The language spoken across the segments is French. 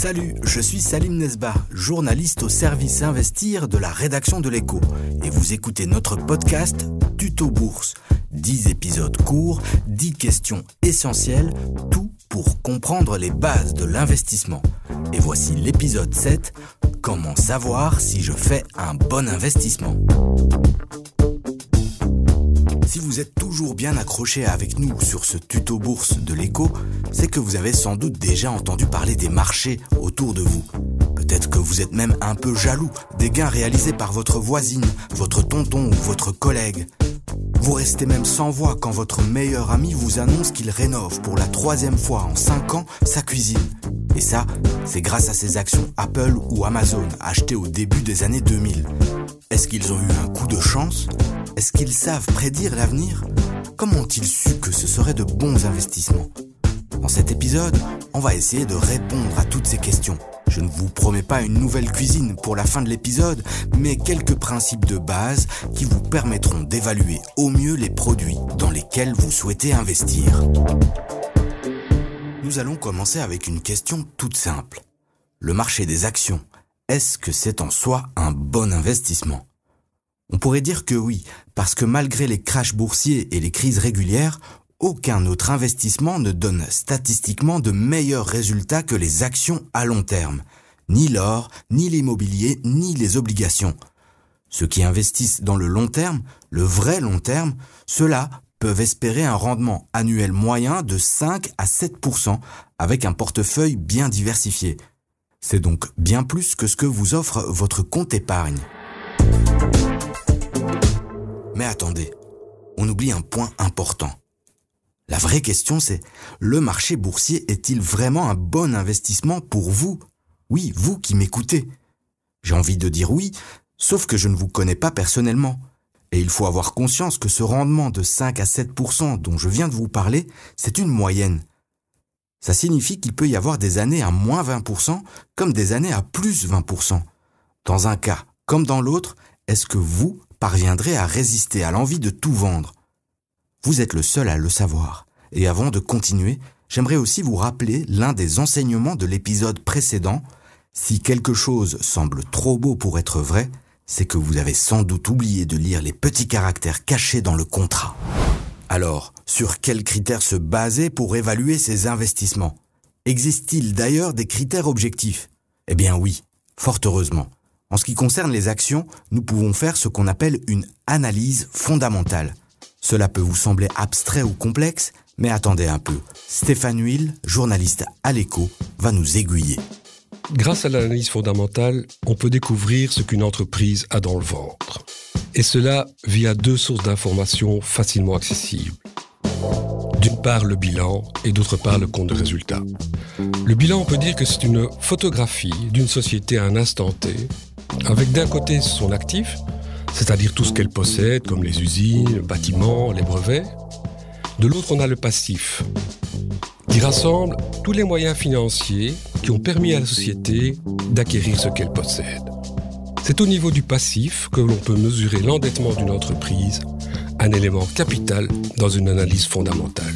Salut, je suis Salim Nesba, journaliste au service Investir de la rédaction de l'Écho. Et vous écoutez notre podcast Tuto Bourse. 10 épisodes courts, 10 questions essentielles, tout pour comprendre les bases de l'investissement. Et voici l'épisode 7, comment savoir si je fais un bon investissement. Si vous êtes toujours bien accroché avec nous sur ce tuto bourse de l'Écho, c'est que vous avez sans doute déjà entendu parler des marchés autour de vous. Peut-être que vous êtes même un peu jaloux des gains réalisés par votre voisine, votre tonton ou votre collègue. Vous restez même sans voix quand votre meilleur ami vous annonce qu'il rénove pour la 3e fois en 5 ans sa cuisine. Et ça, c'est grâce à ses actions Apple ou Amazon achetées au début des années 2000. Est-ce qu'ils ont eu un coup de chance ? Est-ce qu'ils savent prédire l'avenir ? Comment ont-ils su que ce seraient de bons investissements ? Dans cet épisode, on va essayer de répondre à toutes ces questions. Je ne vous promets pas une nouvelle cuisine pour la fin de l'épisode, mais quelques principes de base qui vous permettront d'évaluer au mieux les produits dans lesquels vous souhaitez investir. Nous allons commencer avec une question toute simple. Le marché des actions, est-ce que c'est en soi un bon investissement ? On pourrait dire que oui, parce que malgré les crashs boursiers et les crises régulières, aucun autre investissement ne donne statistiquement de meilleurs résultats que les actions à long terme. Ni l'or, ni l'immobilier, ni les obligations. Ceux qui investissent dans le long terme, le vrai long terme, ceux-là peuvent espérer un rendement annuel moyen de 5 à 7% avec un portefeuille bien diversifié. C'est donc bien plus que ce que vous offre votre compte épargne. Mais attendez, on oublie un point important. La vraie question c'est, le marché boursier est-il vraiment un bon investissement pour vous ? Oui, vous qui m'écoutez. J'ai envie de dire oui, sauf que je ne vous connais pas personnellement. Et il faut avoir conscience que ce rendement de 5 à 7% dont je viens de vous parler, c'est une moyenne. Ça signifie qu'il peut y avoir des années à moins 20% comme des années à plus 20%. Dans un cas comme dans l'autre, est-ce que vous parviendrez à résister à l'envie de tout vendre ? Vous êtes le seul à le savoir. Et avant de continuer, j'aimerais aussi vous rappeler l'un des enseignements de l'épisode précédent. Si quelque chose semble trop beau pour être vrai, c'est que vous avez sans doute oublié de lire les petits caractères cachés dans le contrat. Alors, sur quels critères se baser pour évaluer ces investissements ? Existe-t-il d'ailleurs des critères objectifs ? Eh bien oui, fort heureusement. En ce qui concerne les actions, nous pouvons faire ce qu'on appelle une analyse fondamentale. Cela peut vous sembler abstrait ou complexe, mais attendez un peu. Stéphane Huil, journaliste à l'Écho, va nous aiguiller. Grâce à l'analyse fondamentale, on peut découvrir ce qu'une entreprise a dans le ventre. Et cela via 2 sources d'informations facilement accessibles. D'une part le bilan et d'autre part le compte de résultat. Le bilan, on peut dire que c'est une photographie d'une société à un instant T, avec d'un côté son actif, c'est-à-dire tout ce qu'elle possède, comme les usines, le bâtiment, les brevets. De l'autre, on a le passif, qui rassemble tous les moyens financiers qui ont permis à la société d'acquérir ce qu'elle possède. C'est au niveau du passif que l'on peut mesurer l'endettement d'une entreprise, un élément capital dans une analyse fondamentale.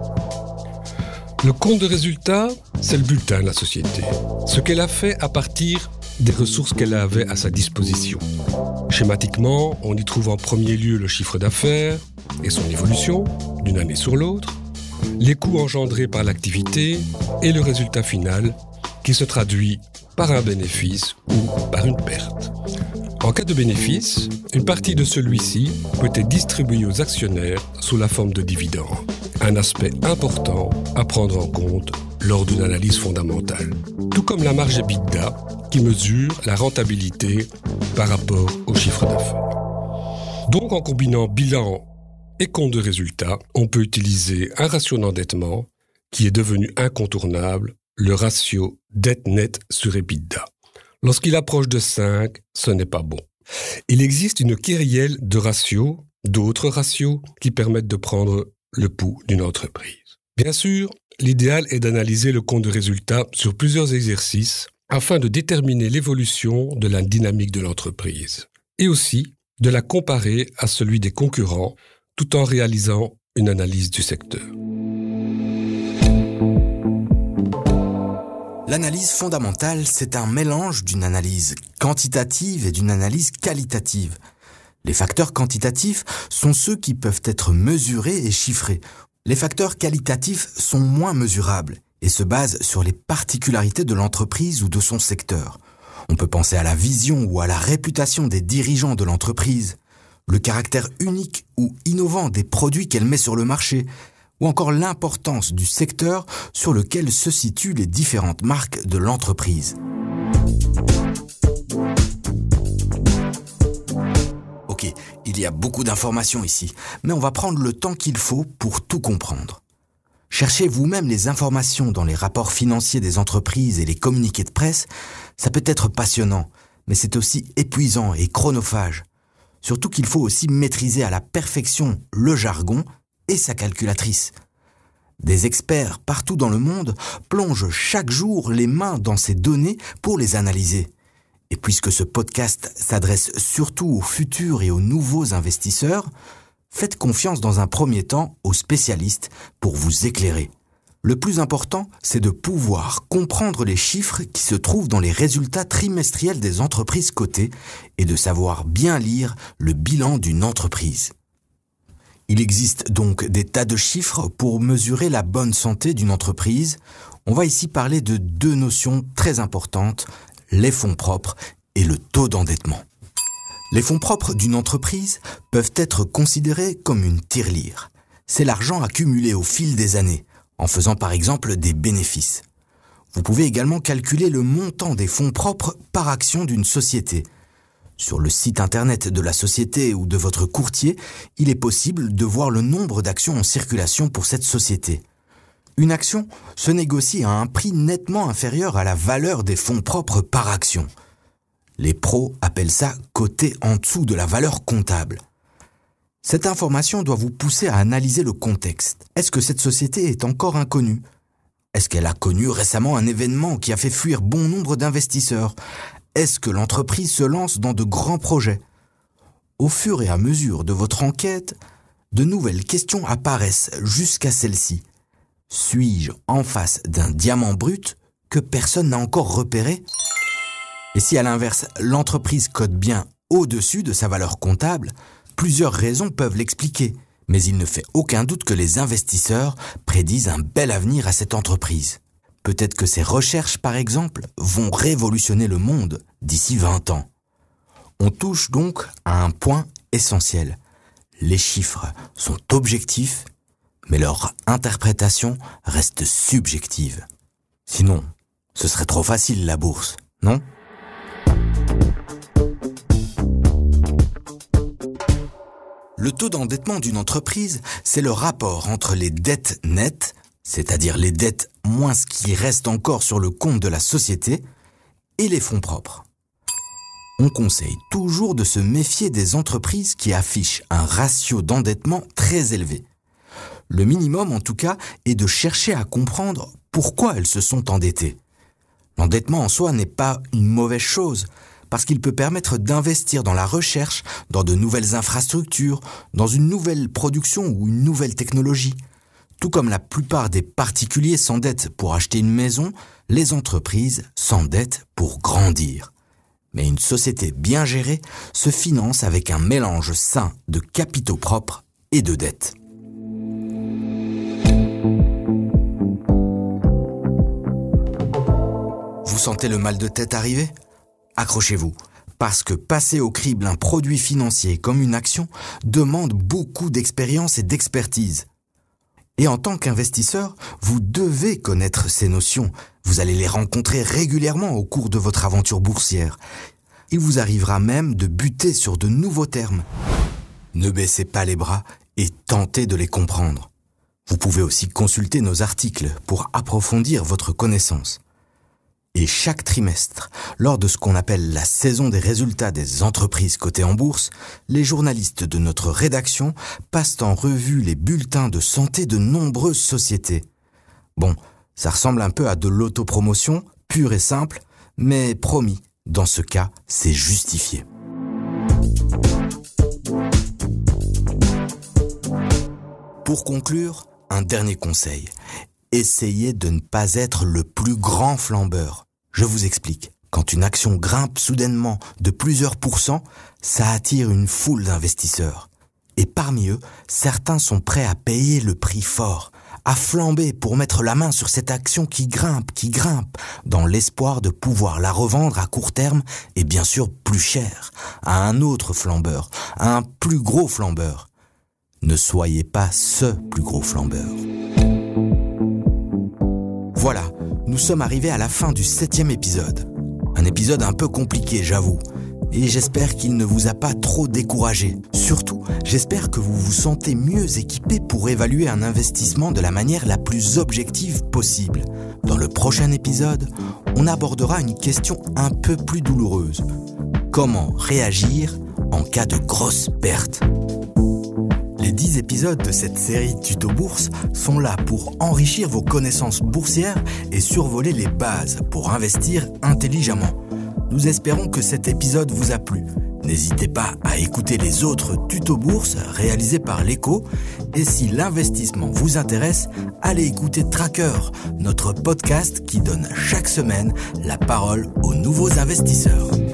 Le compte de résultat, c'est le bulletin de la société, ce qu'elle a fait à partir des ressources qu'elle avait à sa disposition. Schématiquement, on y trouve en premier lieu le chiffre d'affaires et son évolution d'une année sur l'autre, les coûts engendrés par l'activité et le résultat final qui se traduit par un bénéfice ou par une perte. En cas de bénéfice, une partie de celui-ci peut être distribuée aux actionnaires sous la forme de dividendes. Un aspect important à prendre en compte lors d'une analyse fondamentale. Tout comme la marge EBITDA qui mesure la rentabilité par rapport au chiffre d'affaires. Donc en combinant bilan et compte de résultat, on peut utiliser un ratio d'endettement qui est devenu incontournable, le ratio dette nette sur EBITDA. Lorsqu'il approche de 5, ce n'est pas bon. Il existe une kyrielle de ratios, d'autres ratios qui permettent de prendre le pouls d'une entreprise. Bien sûr, l'idéal est d'analyser le compte de résultat sur plusieurs exercices afin de déterminer l'évolution de la dynamique de l'entreprise et aussi de la comparer à celui des concurrents tout en réalisant une analyse du secteur. L'analyse fondamentale, c'est un mélange d'une analyse quantitative et d'une analyse qualitative. Les facteurs quantitatifs sont ceux qui peuvent être mesurés et chiffrés. Les facteurs qualitatifs sont moins mesurables et se basent sur les particularités de l'entreprise ou de son secteur. On peut penser à la vision ou à la réputation des dirigeants de l'entreprise, le caractère unique ou innovant des produits qu'elle met sur le marché, ou encore l'importance du secteur sur lequel se situent les différentes marques de l'entreprise. Ok, il y a beaucoup d'informations ici, mais on va prendre le temps qu'il faut pour tout comprendre. Cherchez vous-même les informations dans les rapports financiers des entreprises et les communiqués de presse, ça peut être passionnant, mais c'est aussi épuisant et chronophage. Surtout qu'il faut aussi maîtriser à la perfection le jargon et sa calculatrice. Des experts partout dans le monde plongent chaque jour les mains dans ces données pour les analyser. Et puisque ce podcast s'adresse surtout aux futurs et aux nouveaux investisseurs, faites confiance dans un premier temps aux spécialistes pour vous éclairer. Le plus important, c'est de pouvoir comprendre les chiffres qui se trouvent dans les résultats trimestriels des entreprises cotées et de savoir bien lire le bilan d'une entreprise. Il existe donc des tas de chiffres pour mesurer la bonne santé d'une entreprise. On va ici parler de deux notions très importantes, les fonds propres et le taux d'endettement. Les fonds propres d'une entreprise peuvent être considérés comme une tirelire. C'est l'argent accumulé au fil des années, en faisant par exemple des bénéfices. Vous pouvez également calculer le montant des fonds propres par action d'une société. Sur le site internet de la société ou de votre courtier, il est possible de voir le nombre d'actions en circulation pour cette société. Une action se négocie à un prix nettement inférieur à la valeur des fonds propres par action. Les pros appellent ça coté en dessous de la valeur comptable. Cette information doit vous pousser à analyser le contexte. Est-ce que cette société est encore inconnue ? Est-ce qu'elle a connu récemment un événement qui a fait fuir bon nombre d'investisseurs ? Est-ce que l'entreprise se lance dans de grands projets ? Au fur et à mesure de votre enquête, de nouvelles questions apparaissent jusqu'à celle-ci. Suis-je en face d'un diamant brut que personne n'a encore repéré ? Et si à l'inverse, l'entreprise cote bien au-dessus de sa valeur comptable, plusieurs raisons peuvent l'expliquer, mais il ne fait aucun doute que les investisseurs prédisent un bel avenir à cette entreprise. Peut-être que ces recherches, par exemple, vont révolutionner le monde d'ici 20 ans. On touche donc à un point essentiel. Les chiffres sont objectifs, mais leur interprétation reste subjective. Sinon, ce serait trop facile la bourse, non ? Le taux d'endettement d'une entreprise, c'est le rapport entre les dettes nettes, c'est-à-dire les dettes moins ce qui reste encore sur le compte de la société, et les fonds propres. On conseille toujours de se méfier des entreprises qui affichent un ratio d'endettement très élevé. Le minimum, en tout cas, est de chercher à comprendre pourquoi elles se sont endettées. L'endettement en soi n'est pas une mauvaise chose, parce qu'il peut permettre d'investir dans la recherche, dans de nouvelles infrastructures, dans une nouvelle production ou une nouvelle technologie. Tout comme la plupart des particuliers s'endettent pour acheter une maison, les entreprises s'endettent pour grandir. Mais une société bien gérée se finance avec un mélange sain de capitaux propres et de dettes. Vous sentez le mal de tête arriver ? Accrochez-vous, parce que passer au crible un produit financier comme une action demande beaucoup d'expérience et d'expertise. Et en tant qu'investisseur, vous devez connaître ces notions. Vous allez les rencontrer régulièrement au cours de votre aventure boursière. Il vous arrivera même de buter sur de nouveaux termes. Ne baissez pas les bras et tentez de les comprendre. Vous pouvez aussi consulter nos articles pour approfondir votre connaissance. Et chaque trimestre, lors de ce qu'on appelle la saison des résultats des entreprises cotées en bourse, les journalistes de notre rédaction passent en revue les bulletins de santé de nombreuses sociétés. Bon, ça ressemble un peu à de l'autopromotion, pure et simple, mais promis, dans ce cas, c'est justifié. Pour conclure, un dernier conseil. essayez de ne pas être le plus grand flambeur. Je vous explique. Quand une action grimpe soudainement de plusieurs pourcents, ça attire une foule d'investisseurs. Et parmi eux, certains sont prêts à payer le prix fort, à flamber pour mettre la main sur cette action qui grimpe, dans l'espoir de pouvoir la revendre à court terme et bien sûr plus cher, à un autre flambeur, à un plus gros flambeur. Ne soyez pas ce plus gros flambeur. Voilà, nous sommes arrivés à la fin du 7e épisode. Un épisode un peu compliqué, j'avoue. Et j'espère qu'il ne vous a pas trop découragé. Surtout, j'espère que vous vous sentez mieux équipé pour évaluer un investissement de la manière la plus objective possible. Dans le prochain épisode, on abordera une question un peu plus douloureuse. Comment réagir en cas de grosse perte ? Les 10 épisodes de cette série Tuto Bourse sont là pour enrichir vos connaissances boursières et survoler les bases pour investir intelligemment. Nous espérons que cet épisode vous a plu. N'hésitez pas à écouter les autres tutos bourse réalisés par l'Écho. Et si l'investissement vous intéresse, allez écouter Tracker, notre podcast qui donne chaque semaine la parole aux nouveaux investisseurs.